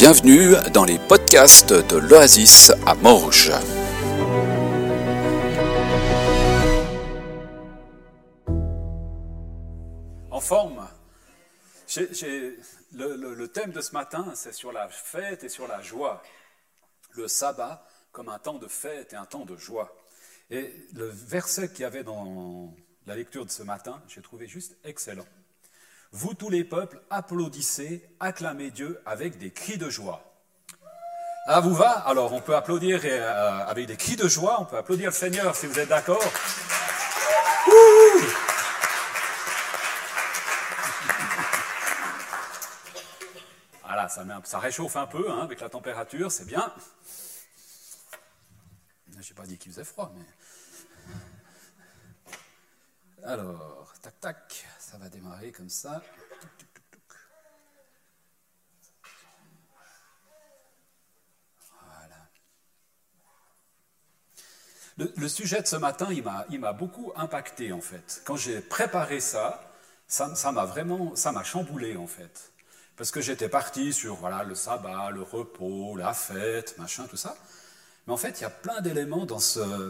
Bienvenue dans les podcasts de l'Oasis à Morges. En forme. Le thème de ce matin, c'est sur la fête et sur la joie. Le sabbat comme un temps de fête et un temps de joie. Et le verset qu'il y avait dans la lecture de ce matin, j'ai trouvé juste excellent. Vous tous les peuples, applaudissez, acclamez Dieu avec des cris de joie. Ah, vous va? Alors on peut applaudir avec des cris de joie, on peut applaudir le Seigneur si vous êtes d'accord. Ouh! Voilà, ça réchauffe un peu avec la température, c'est bien. Je n'ai pas dit qu'il faisait froid, mais... Alors, tac, tac, ça va démarrer comme ça. Voilà. Le sujet de ce matin, il m'a beaucoup impacté, en fait. Quand j'ai préparé ça m'a chamboulé, en fait. Parce que j'étais parti sur le sabbat, le repos, la fête, machin, tout ça. Mais en fait, il y a plein d'éléments dans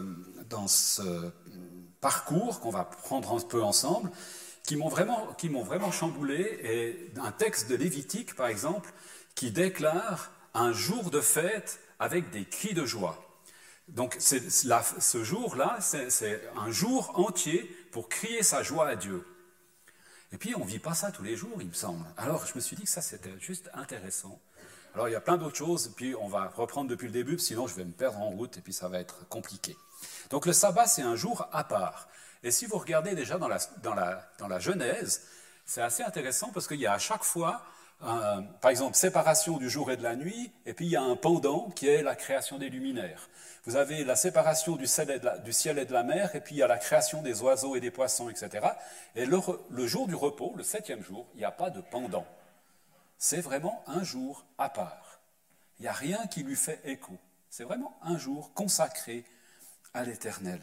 ce parcours qu'on va prendre un peu ensemble qui m'ont vraiment chamboulé. Et un texte de Lévitique, par exemple, qui déclare un jour de fête avec des cris de joie. Donc ce jour-là, c'est un jour entier pour crier sa joie à Dieu. Et puis, on ne vit pas ça tous les jours, il me semble. Alors, je me suis dit que ça, c'était juste intéressant. Alors, il y a plein d'autres choses, puis on va reprendre depuis le début, sinon je vais me perdre en route, et puis ça va être compliqué. Donc, le sabbat, c'est un jour à part. Et si vous regardez déjà dans la Genèse, c'est assez intéressant, parce qu'il y a à chaque fois, par exemple, séparation du jour et de la nuit, et puis il y a un pendant qui est la création des luminaires. Vous avez la séparation du ciel et de la mer, et puis il y a la création des oiseaux et des poissons, etc. Et le jour du repos, le 7e jour, il n'y a pas de pendant. C'est vraiment un jour à part. Il n'y a rien qui lui fait écho. C'est vraiment un jour consacré à l'Éternel.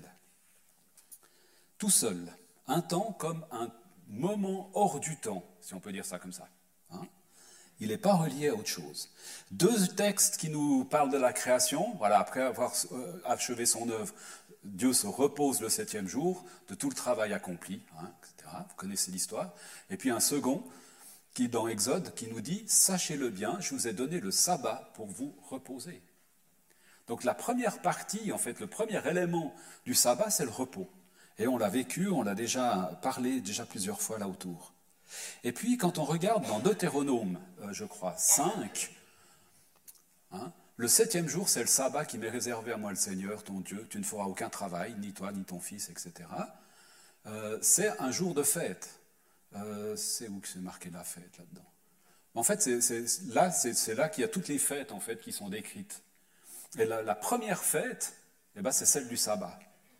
Tout seul, un temps comme un moment hors du temps, si on peut dire ça comme ça. Il n'est pas relié à autre chose. Deux textes qui nous parlent de la création. Voilà, après avoir achevé son œuvre, Dieu se repose le 7e jour de tout le travail accompli, etc. Vous connaissez l'histoire. Et puis un second, qui dans Exode, qui nous dit « Sachez-le bien, je vous ai donné le sabbat pour vous reposer ». Donc la première partie, en fait, le premier élément du sabbat, c'est le repos. Et on l'a vécu, on l'a déjà parlé plusieurs fois là autour. Et puis, quand on regarde dans Deutéronome, je crois, 5, le 7e jour, c'est le sabbat qui m'est réservé à moi, le Seigneur, ton Dieu. Tu ne feras aucun travail, ni toi, ni ton fils, etc. C'est un jour de fête. C'est où que c'est marqué la fête là-dedans? En fait, c'est là qu'il y a toutes les fêtes en fait qui sont décrites. Et la première fête, c'est celle du sabbat.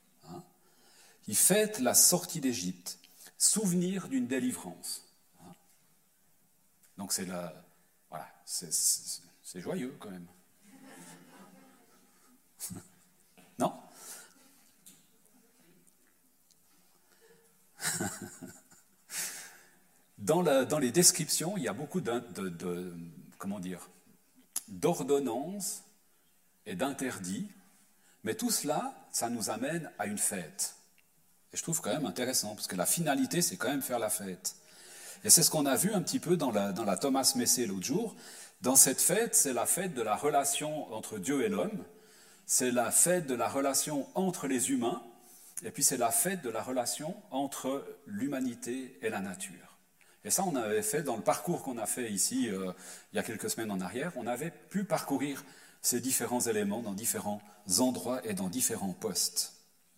Il fête la sortie d'Égypte, souvenir d'une délivrance. Donc c'est joyeux quand même. Non? Dans les descriptions, il y a beaucoup d'ordonnances et d'interdits, mais tout cela, ça nous amène à une fête. Et je trouve quand même intéressant, parce que la finalité, c'est quand même faire la fête. Et c'est ce qu'on a vu un petit peu dans la Thomas Messé l'autre jour. Dans cette fête, c'est la fête de la relation entre Dieu et l'homme, c'est la fête de la relation entre les humains, et puis c'est la fête de la relation entre l'humanité et la nature. Et ça, on avait fait dans le parcours qu'on a fait ici, il y a quelques semaines en arrière, on avait pu parcourir ces différents éléments dans différents endroits et dans différents postes.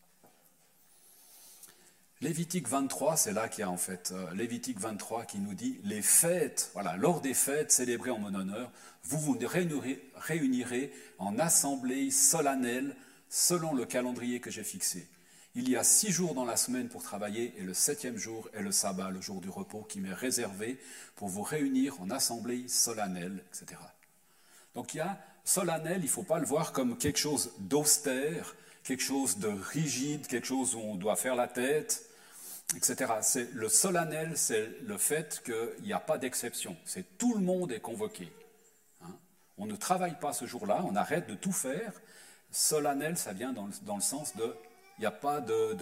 Lévitique 23, c'est là qu'il y a en fait Lévitique 23 qui nous dit « Les fêtes, lors des fêtes célébrées en mon honneur, vous vous réunirez en assemblée solennelle selon le calendrier que j'ai fixé. Il y a 6 jours dans la semaine pour travailler et le 7e jour est le sabbat, le jour du repos qui m'est réservé pour vous réunir en assemblée solennelle, etc. » Donc il y a solennel, il ne faut pas le voir comme quelque chose d'austère, quelque chose de rigide, quelque chose où on doit faire la tête, etc. Le solennel, c'est le fait qu'il n'y a pas d'exception. C'est tout le monde est convoqué. On ne travaille pas ce jour-là, on arrête de tout faire. Solennel, ça vient dans le sens de... Il n'y a pas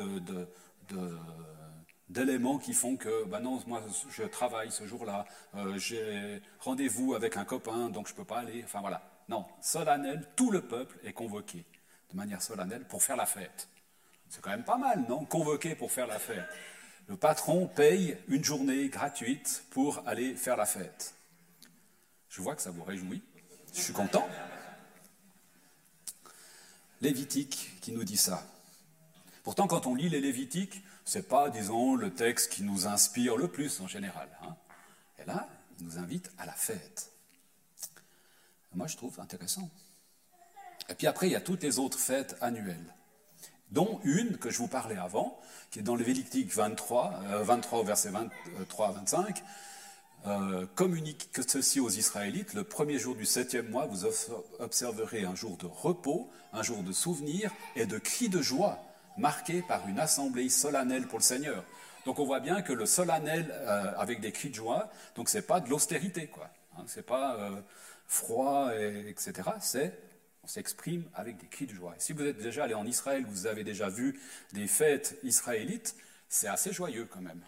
d'éléments qui font que, ben non, moi je travaille ce jour-là, j'ai rendez-vous avec un copain, donc je ne peux pas aller. Enfin voilà. Non, solennel, tout le peuple est convoqué de manière solennelle pour faire la fête. C'est quand même pas mal, non? Convoqué pour faire la fête. Le patron paye une journée gratuite pour aller faire la fête. Je vois que ça vous réjouit. Je suis content. Lévitique qui nous dit ça. Pourtant, quand on lit les Lévitiques, ce n'est pas, disons, le texte qui nous inspire le plus en général. Hein. Et là, il nous invite à la fête. Moi, je trouve intéressant. Et puis après, il y a toutes les autres fêtes annuelles, dont une que je vous parlais avant, qui est dans Lévitique 23 au verset 23 à 25. Communique que ceci aux Israélites, le premier jour du 7e mois, vous observerez un jour de repos, un jour de souvenir et de cris de joie, marqué par une assemblée solennelle pour le Seigneur. Donc on voit bien que le solennel avec des cris de joie, donc c'est pas de l'austérité, quoi. Hein, c'est pas froid, etc. On s'exprime avec des cris de joie. Et si vous êtes déjà allé en Israël, vous avez déjà vu des fêtes israélites, c'est assez joyeux quand même.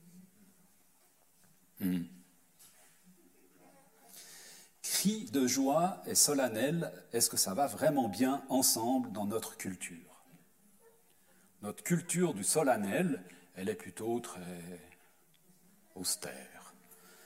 Cris de joie et solennel, est-ce que ça va vraiment bien ensemble dans notre culture? Notre culture du solennel, elle est plutôt très austère.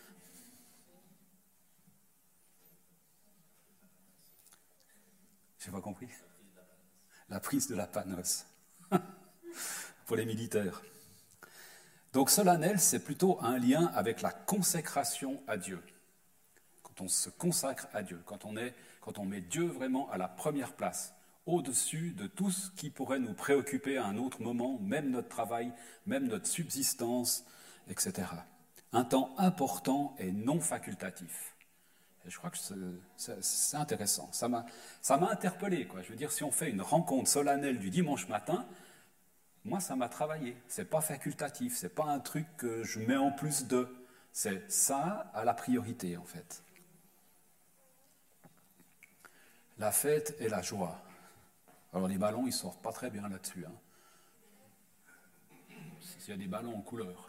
J'ai pas compris. La prise de la panos. Pour les militaires. Donc solennel, c'est plutôt un lien avec la consécration à Dieu. Quand on se consacre à Dieu, quand on met Dieu vraiment à la première place, au-dessus de tout ce qui pourrait nous préoccuper à un autre moment, même notre travail, même notre subsistance, etc. Un temps important et non facultatif. Et je crois que c'est intéressant. Ça m'a interpellé, quoi. Je veux dire, si on fait une rencontre solennelle du dimanche matin, moi, ça m'a travaillé. C'est pas facultatif, c'est pas un truc que je mets en plus de. C'est ça à la priorité, en fait. La fête et la joie. Alors les ballons, ils sortent pas très bien là-dessus. Hein. S'il y a des ballons en couleur.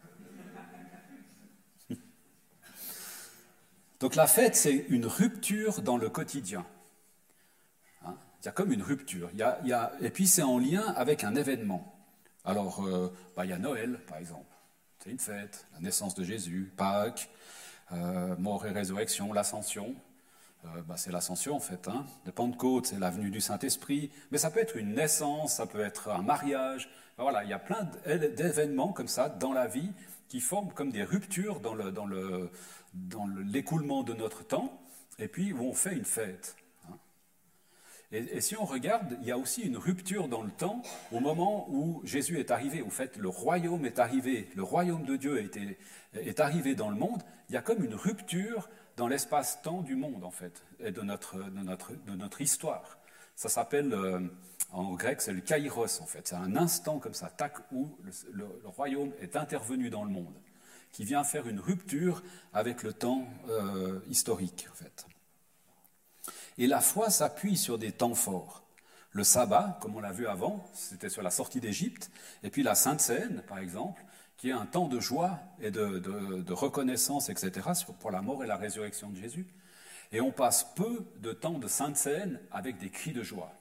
Donc la fête, c'est une rupture dans le quotidien. Hein, il y a comme une rupture. Et puis c'est en lien avec un événement. Alors, il y a Noël, par exemple. C'est une fête, la naissance de Jésus, Pâques, mort et résurrection, l'ascension. C'est l'ascension en fait. Hein. Le Pentecôte, c'est la venue du Saint-Esprit. Mais ça peut être une naissance, ça peut être un mariage. Voilà, il y a plein d'événements comme ça dans la vie qui forment comme des ruptures dans l'écoulement de notre temps, et puis où on fait une fête. Hein. Et si on regarde, il y a aussi une rupture dans le temps au moment où Jésus est arrivé. Au fait, le royaume est arrivé, le royaume de Dieu est arrivé dans le monde. Il y a comme une rupture dans l'espace-temps du monde, en fait, et de notre histoire. Ça s'appelle, en grec, c'est le kairos, en fait. C'est un instant comme ça, tac, où le royaume est intervenu dans le monde, qui vient faire une rupture avec le temps historique, en fait. Et la foi s'appuie sur des temps forts. Le sabbat, comme on l'a vu avant, c'était sur la sortie d'Égypte, et puis la Sainte Seine, par exemple, qui est un temps de joie et de reconnaissance, etc., pour la mort et la résurrection de Jésus. Et on passe peu de temps de Sainte Seine avec des cris de joie.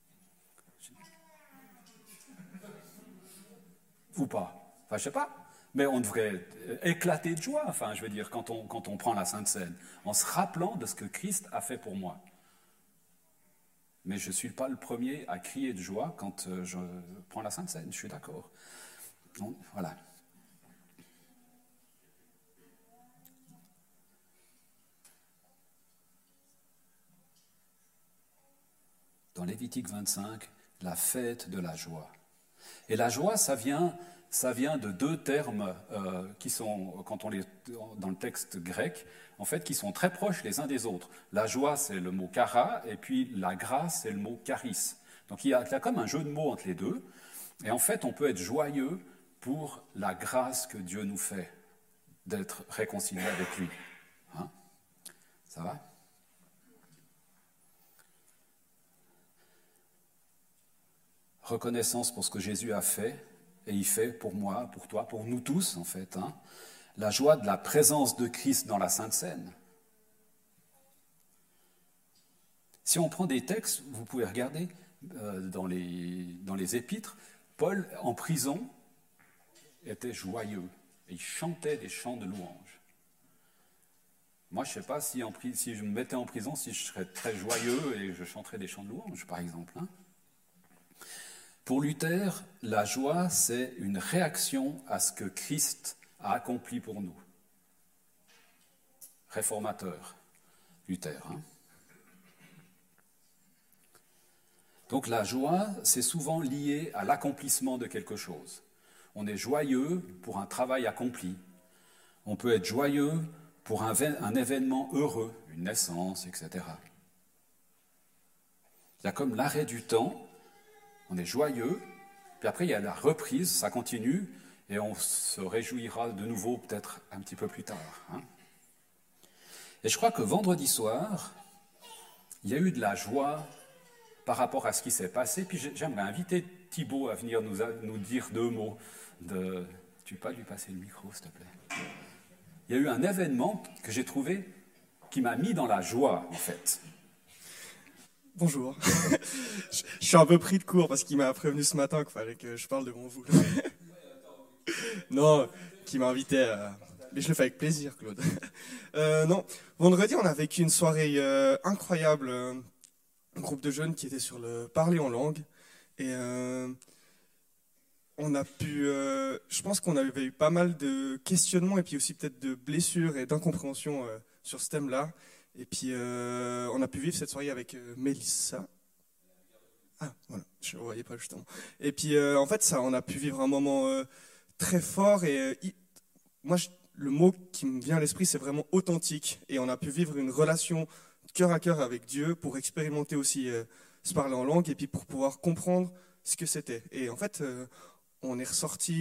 Ou pas. Enfin, je sais pas. Mais on devrait éclater de joie, enfin, je veux dire, quand on prend la Sainte Seine, en se rappelant de ce que Christ a fait pour moi. Mais je ne suis pas le premier à crier de joie quand je prends la Sainte Seine, je suis d'accord. Donc, voilà. Dans Lévitique 25, la fête de la joie. Et la joie, ça vient de deux termes qui sont, dans le texte grec, en fait, qui sont très proches les uns des autres. La joie, c'est le mot chara, et puis la grâce, c'est le mot charis. Donc il y a comme un jeu de mots entre les deux. Et en fait, on peut être joyeux pour la grâce que Dieu nous fait d'être réconciliés avec lui. Hein? Ça va ? reconnaissance pour ce que Jésus a fait, et il fait pour moi, pour toi, pour nous tous en fait. La joie de la présence de Christ dans la Sainte Seine. Si on prend des textes, vous pouvez regarder dans les épîtres, Paul, en prison, était joyeux et il chantait des chants de louange. Moi, je ne sais pas si je me mettais en prison, si je serais très joyeux et je chanterais des chants de louange, par exemple. Pour Luther, la joie, c'est une réaction à ce que Christ a accompli pour nous. Réformateur, Luther. Donc la joie, c'est souvent lié à l'accomplissement de quelque chose. On est joyeux pour un travail accompli. On peut être joyeux pour un événement heureux, une naissance, etc. Il y a comme l'arrêt du temps, on est joyeux, puis après il y a la reprise, ça continue, et on se réjouira de nouveau peut-être un petit peu plus tard. Et je crois que vendredi soir, il y a eu de la joie par rapport à ce qui s'est passé, puis j'aimerais inviter Thibaut à venir nous dire 2 mots. Tu peux pas lui passer le micro, s'il te plaît? Il y a eu un événement que j'ai trouvé qui m'a mis dans la joie, en fait. Bonjour. Je suis un peu pris de court parce qu'il m'a prévenu ce matin qu'il fallait que je parle devant vous. Non, qui m'a invité à... Mais je le fais avec plaisir, Claude. Non, vendredi, on a vécu une soirée incroyable. Un groupe de jeunes qui était sur le parler en langue. Et on a pu... je pense qu'on avait eu pas mal de questionnements et puis aussi peut-être de blessures et d'incompréhension sur ce thème-là. Et puis, on a pu vivre cette soirée avec Mélissa. Ah, voilà, je ne voyais pas justement. Et puis, en fait, on a pu vivre un moment très fort. Et moi, le mot qui me vient à l'esprit, c'est vraiment authentique. Et on a pu vivre une relation cœur à cœur avec Dieu pour expérimenter aussi se parler en langue et puis pour pouvoir comprendre ce que c'était. Et en fait, on est ressorti,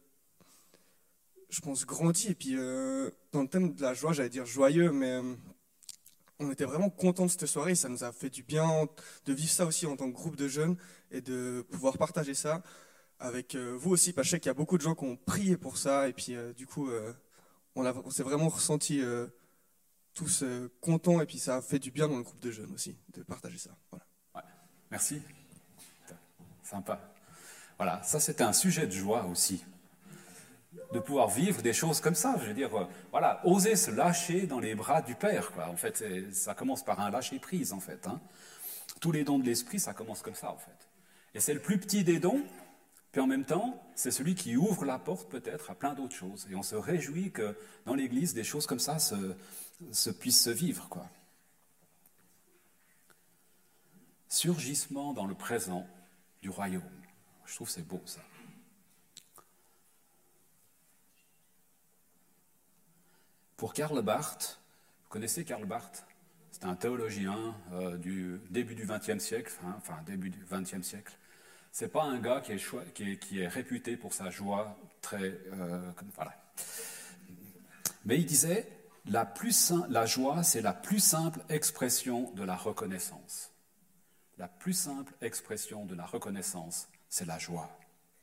je pense, grandi. Et puis, dans le thème de la joie, j'allais dire joyeux, mais... on était vraiment contents de cette soirée, ça nous a fait du bien de vivre ça aussi en tant que groupe de jeunes et de pouvoir partager ça avec vous aussi, parce que je sais qu'il y a beaucoup de gens qui ont prié pour ça et puis du coup on s'est vraiment ressenti tous contents et puis ça a fait du bien dans le groupe de jeunes aussi de partager ça. Voilà. Ouais, merci, sympa. Voilà, ça c'était un sujet de joie aussi. De pouvoir vivre des choses comme ça, je veux dire, voilà, oser se lâcher dans les bras du Père, quoi. En fait, ça commence par un lâcher-prise, en fait. Tous les dons de l'Esprit, ça commence comme ça, en fait. Et c'est le plus petit des dons, puis en même temps, c'est celui qui ouvre la porte, peut-être, à plein d'autres choses. Et on se réjouit que dans l'Église, des choses comme ça puissent se vivre, quoi. Surgissement dans le présent du royaume. Je trouve que c'est beau, ça. Pour Karl Barth, vous connaissez Karl Barth? C'est un théologien du début du XXe siècle, début du XXe siècle. C'est pas un gars qui est réputé pour sa joie très... voilà. Mais il disait, la joie, c'est la plus simple expression de la reconnaissance. La plus simple expression de la reconnaissance, c'est la joie.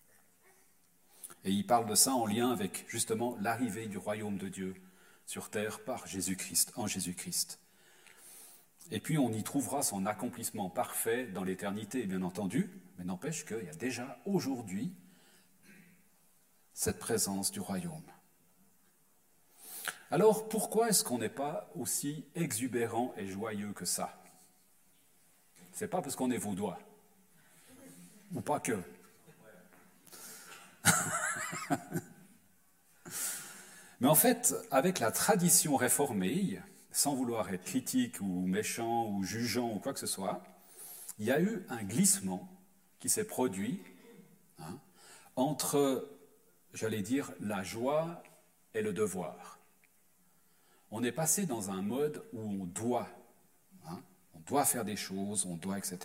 Et il parle de ça en lien avec, justement, l'arrivée du royaume de Dieu sur terre par Jésus-Christ, en Jésus-Christ. Et puis on y trouvera son accomplissement parfait dans l'éternité, bien entendu, mais n'empêche qu'il y a déjà aujourd'hui cette présence du royaume. Alors pourquoi est-ce qu'on n'est pas aussi exubérant et joyeux que ça? C'est pas parce qu'on est vaudois, ou pas que. Mais en fait, avec la tradition réformée, sans vouloir être critique ou méchant ou jugeant ou quoi que ce soit, il y a eu un glissement qui s'est produit entre, j'allais dire, la joie et le devoir. On est passé dans un mode où on doit faire des choses, on doit, etc.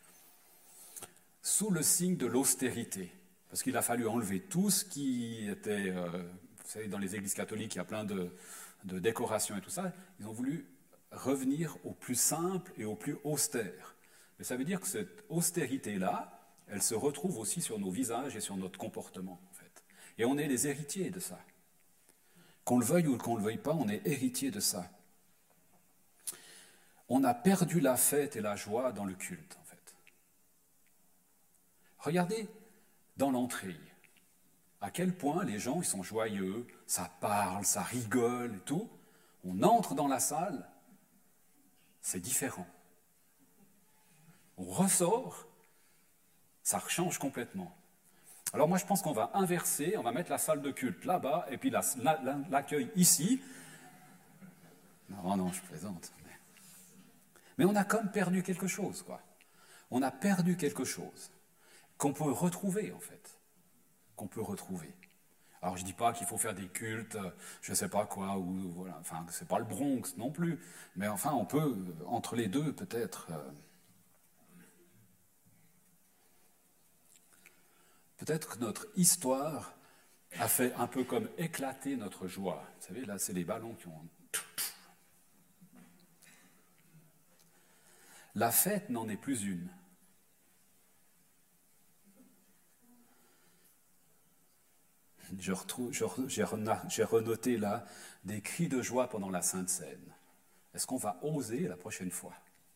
Sous le signe de l'austérité, parce qu'il a fallu enlever tout ce qui était... vous savez, dans les églises catholiques, il y a plein de décorations et tout ça. Ils ont voulu revenir au plus simple et au plus austère. Mais ça veut dire que cette austérité-là elle se retrouve aussi sur nos visages et sur notre comportement, en fait. Et on est les héritiers de ça. Qu'on le veuille ou qu'on ne le veuille pas, on est héritier de ça. On a perdu la fête et la joie dans le culte, en fait. Regardez dans l'entrée, à quel point les gens ils sont joyeux, ça parle, ça rigole et tout. On entre dans la salle, c'est différent. On ressort, ça change complètement. Alors moi je pense qu'on va inverser, on va mettre la salle de culte là-bas et puis l'accueil ici. Non, je plaisante. Mais on a comme perdu quelque chose, quoi. On a perdu quelque chose qu'on peut retrouver, en fait. Qu'on peut retrouver. Alors, je ne dis pas qu'il faut faire des cultes, je ne sais pas quoi, ou voilà, enfin, c'est pas le Bronx non plus. Mais enfin, on peut, entre les deux, peut-être... Peut-être que notre histoire a fait un peu comme éclater notre joie. Vous savez, là, c'est les ballons qui ont... La fête n'en est plus une. J'ai renoté là des cris de joie pendant la Sainte Seine. Est-ce qu'on va oser la prochaine fois?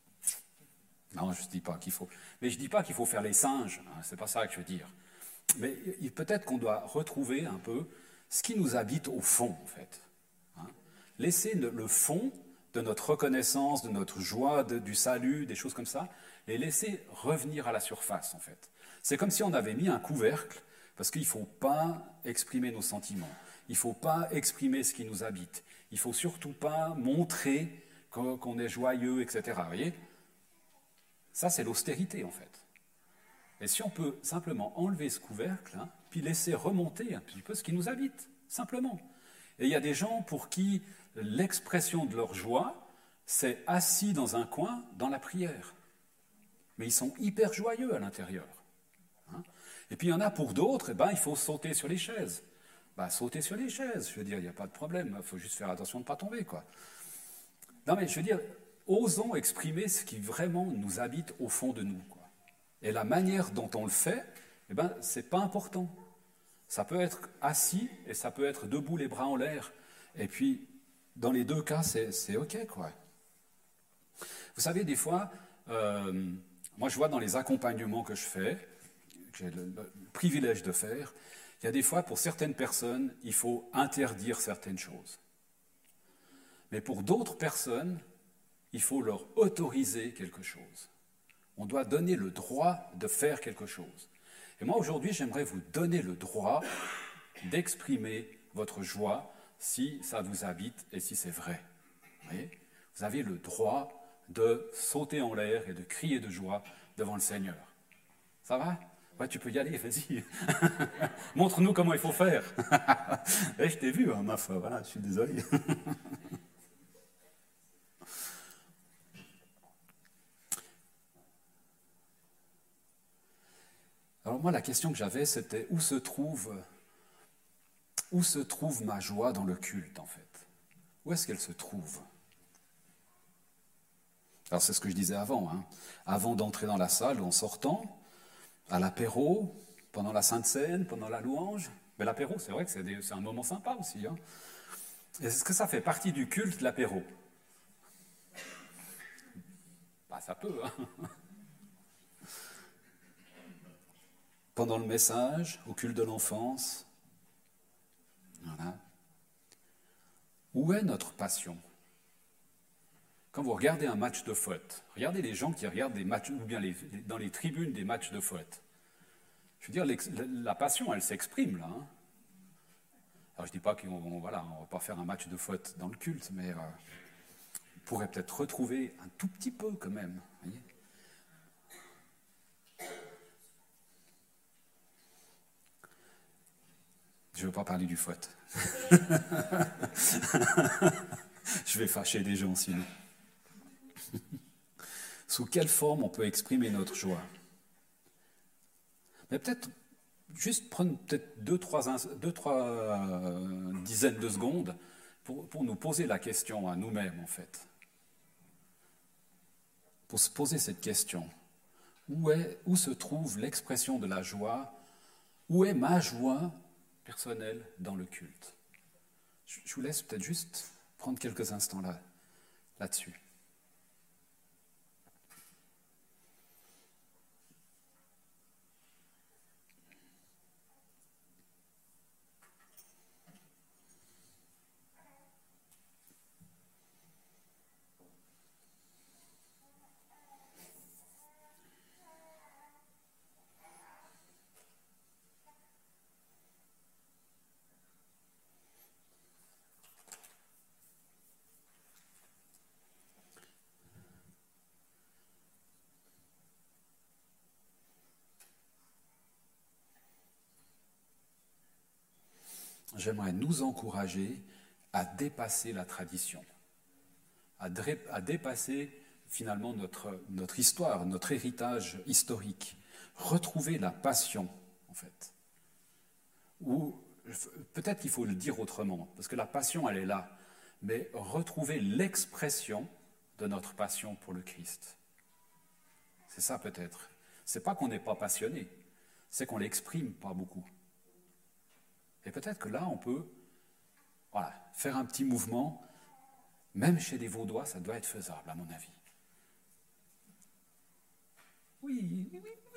Non, je ne dis pas qu'il faut. Mais je ne dis pas qu'il faut faire les singes, hein, c'est pas ça que je veux dire. Mais peut-être qu'on doit retrouver un peu ce qui nous habite au fond, en fait. Hein. Laisser le fond de notre reconnaissance, de notre joie, du salut, des choses comme ça, et laisser revenir à la surface, en fait. C'est comme si on avait mis un couvercle, parce qu'il ne faut pas exprimer nos sentiments, il ne faut pas exprimer ce qui nous habite, il ne faut surtout pas montrer qu'on est joyeux, etc. Vous voyez ? Ça, c'est l'austérité, en fait. Et si on peut simplement enlever ce couvercle, hein, puis laisser remonter un petit peu ce qui nous habite, simplement. Et il y a des gens pour qui l'expression de leur joie, c'est assis dans un coin, dans la prière. Mais ils sont hyper joyeux à l'intérieur. Hein. Et puis il y en a pour d'autres, il faut sauter sur les chaises. Sauter sur les chaises, je veux dire, il n'y a pas de problème, il faut juste faire attention de ne pas tomber, quoi. Non mais je veux dire, osons exprimer ce qui vraiment nous habite au fond de nous, quoi. Et la manière dont on le fait, c'est pas important. Ça peut être assis et ça peut être debout, les bras en l'air. Et puis, dans les deux cas, c'est OK, quoi. Vous savez, des fois, moi je vois dans les accompagnements que je fais, que j'ai le privilège de faire, il y a des fois, pour certaines personnes, il faut interdire certaines choses. Mais pour d'autres personnes, il faut leur autoriser quelque chose. On doit donner le droit de faire quelque chose. Et moi, aujourd'hui, j'aimerais vous donner le droit d'exprimer votre joie si ça vous habite et si c'est vrai. Vous voyez ? Vous avez le droit de sauter en l'air et de crier de joie devant le Seigneur. Ça va ? Ouais, tu peux y aller, vas-y. Montre-nous comment il faut faire. Je t'ai vu, hein, ma foi, voilà, je suis désolé. Alors moi, la question que j'avais, c'était où se trouve ma joie dans le culte, en fait? Où est-ce qu'elle se trouve? Alors c'est ce que je disais avant, hein. Avant d'entrer dans la salle, en sortant, à l'apéro, pendant la Sainte Seine, pendant la louange. Mais l'apéro, c'est vrai que c'est un moment sympa aussi. Hein. Est-ce que ça fait partie du culte, l'apéro? Ça peut, hein. Pendant le message, au culte de l'enfance. Voilà. Où est notre passion? Quand vous regardez un match de foot, regardez les gens qui regardent des matchs, ou bien dans les tribunes des matchs de foot. Je veux dire, la passion, elle s'exprime là. Hein. Alors je ne dis pas qu'on ne va pas faire un match de foot dans le culte, mais on pourrait peut-être retrouver un tout petit peu quand même. Voyez. Je ne veux pas parler du foot. Je vais fâcher des gens sinon. Sous quelle forme on peut exprimer notre joie? Mais peut-être juste prendre peut-être deux, trois dizaines de secondes pour nous poser la question à nous-mêmes, en fait. Pour se poser cette question. où se trouve l'expression de la joie, où est ma joie personnelle dans le culte. Je vous laisse peut-être juste prendre quelques instants là-dessus. J'aimerais nous encourager à dépasser la tradition, à dépasser finalement notre histoire, notre héritage historique, retrouver la passion, en fait. Ou peut-être qu'il faut le dire autrement, parce que la passion, elle est là, mais retrouver l'expression de notre passion pour le Christ. C'est ça peut-être. C'est pas qu'on n'est pas passionné, c'est qu'on l'exprime pas beaucoup. Et peut-être que là, on peut faire un petit mouvement, même chez les Vaudois, ça doit être faisable, à mon avis. Oui.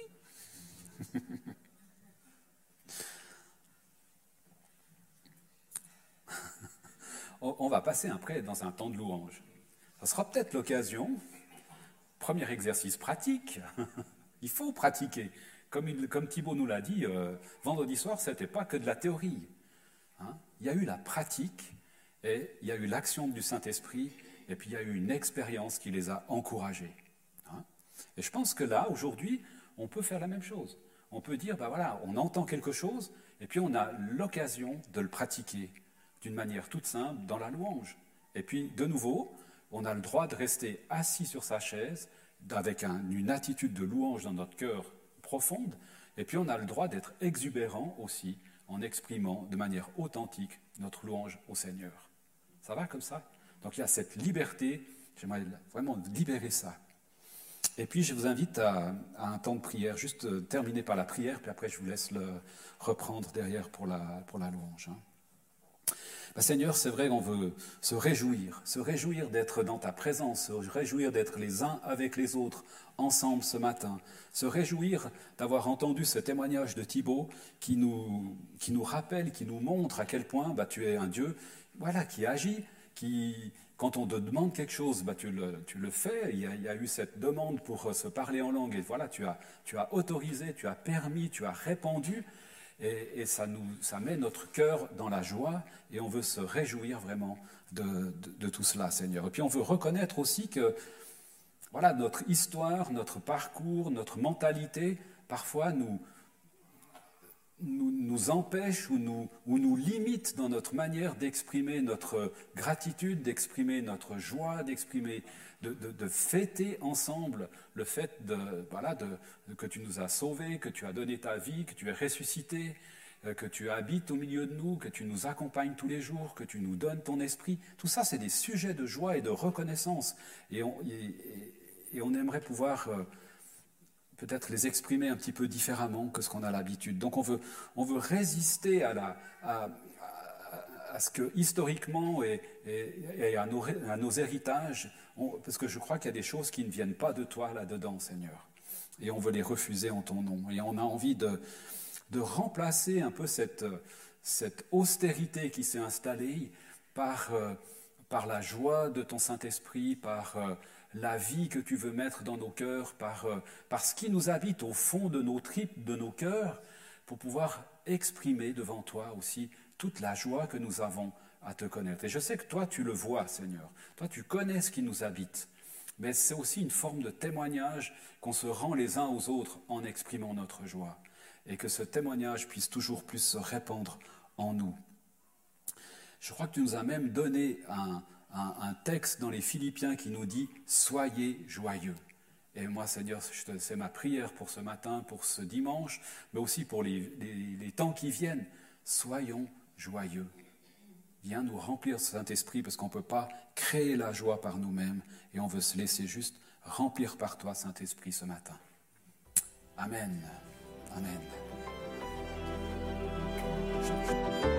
On va passer après dans un temps de louange. Ça sera peut-être l'occasion, premier exercice pratique, il faut pratiquer. Comme Thibaut nous l'a dit, vendredi soir, ce n'était pas que de la théorie. Hein. Il y a eu la pratique, et il y a eu l'action du Saint-Esprit, et puis il y a eu une expérience qui les a encouragés. Hein. Et je pense que là, aujourd'hui, on peut faire la même chose. On peut dire, on entend quelque chose, et puis on a l'occasion de le pratiquer d'une manière toute simple dans la louange. Et puis, de nouveau, on a le droit de rester assis sur sa chaise, avec une attitude de louange dans notre cœur profonde, et puis on a le droit d'être exubérant aussi en exprimant de manière authentique notre louange au Seigneur. Ça va comme ça? Donc il y a cette liberté, j'aimerais vraiment libérer ça. Et puis je vous invite à un temps de prière, juste terminer par la prière, puis après je vous laisse le reprendre derrière pour la louange. Hein. Seigneur, c'est vrai, on veut se réjouir d'être dans ta présence, se réjouir d'être les uns avec les autres, ensemble ce matin, se réjouir d'avoir entendu ce témoignage de Thibaut qui nous rappelle, qui nous montre à quel point tu es un Dieu qui agit, qui, quand on te demande quelque chose, tu le fais. Il y a eu cette demande pour se parler en langue, et tu as autorisé, tu as permis, tu as répandu. Et ça met notre cœur dans la joie et on veut se réjouir vraiment de tout cela, Seigneur. Et puis on veut reconnaître aussi que notre histoire, notre parcours, notre mentalité, parfois nous empêche ou nous limite dans notre manière d'exprimer notre gratitude, d'exprimer notre joie, de fêter ensemble le fait que tu nous as sauvés, que tu as donné ta vie, que tu es ressuscité, que tu habites au milieu de nous, que tu nous accompagnes tous les jours, que tu nous donnes ton esprit. Tout ça, c'est des sujets de joie et de reconnaissance. Et on aimerait pouvoir peut-être les exprimer un petit peu différemment que ce qu'on a l'habitude. Donc on veut résister à ce que historiquement et à nos héritages, parce que je crois qu'il y a des choses qui ne viennent pas de toi là-dedans, Seigneur. Et on veut les refuser en ton nom. Et on a envie de remplacer un peu cette austérité qui s'est installée par la joie de ton Saint-Esprit, par la vie que tu veux mettre dans nos cœurs, par ce qui nous habite au fond de nos tripes, de nos cœurs, pour pouvoir exprimer devant toi aussi toute la joie que nous avons à te connaître. Et je sais que toi, tu le vois, Seigneur. Toi, tu connais ce qui nous habite. Mais c'est aussi une forme de témoignage qu'on se rend les uns aux autres en exprimant notre joie. Et que ce témoignage puisse toujours plus se répandre en nous. Je crois que tu nous as même donné un texte dans les Philippiens qui nous dit « Soyez joyeux ». Et moi, Seigneur, c'est ma prière pour ce matin, pour ce dimanche, mais aussi pour les temps qui viennent. Soyons joyeux. Viens nous remplir ce Saint-Esprit parce qu'on ne peut pas créer la joie par nous-mêmes et on veut se laisser juste remplir par toi, Saint-Esprit, ce matin. Amen. Amen.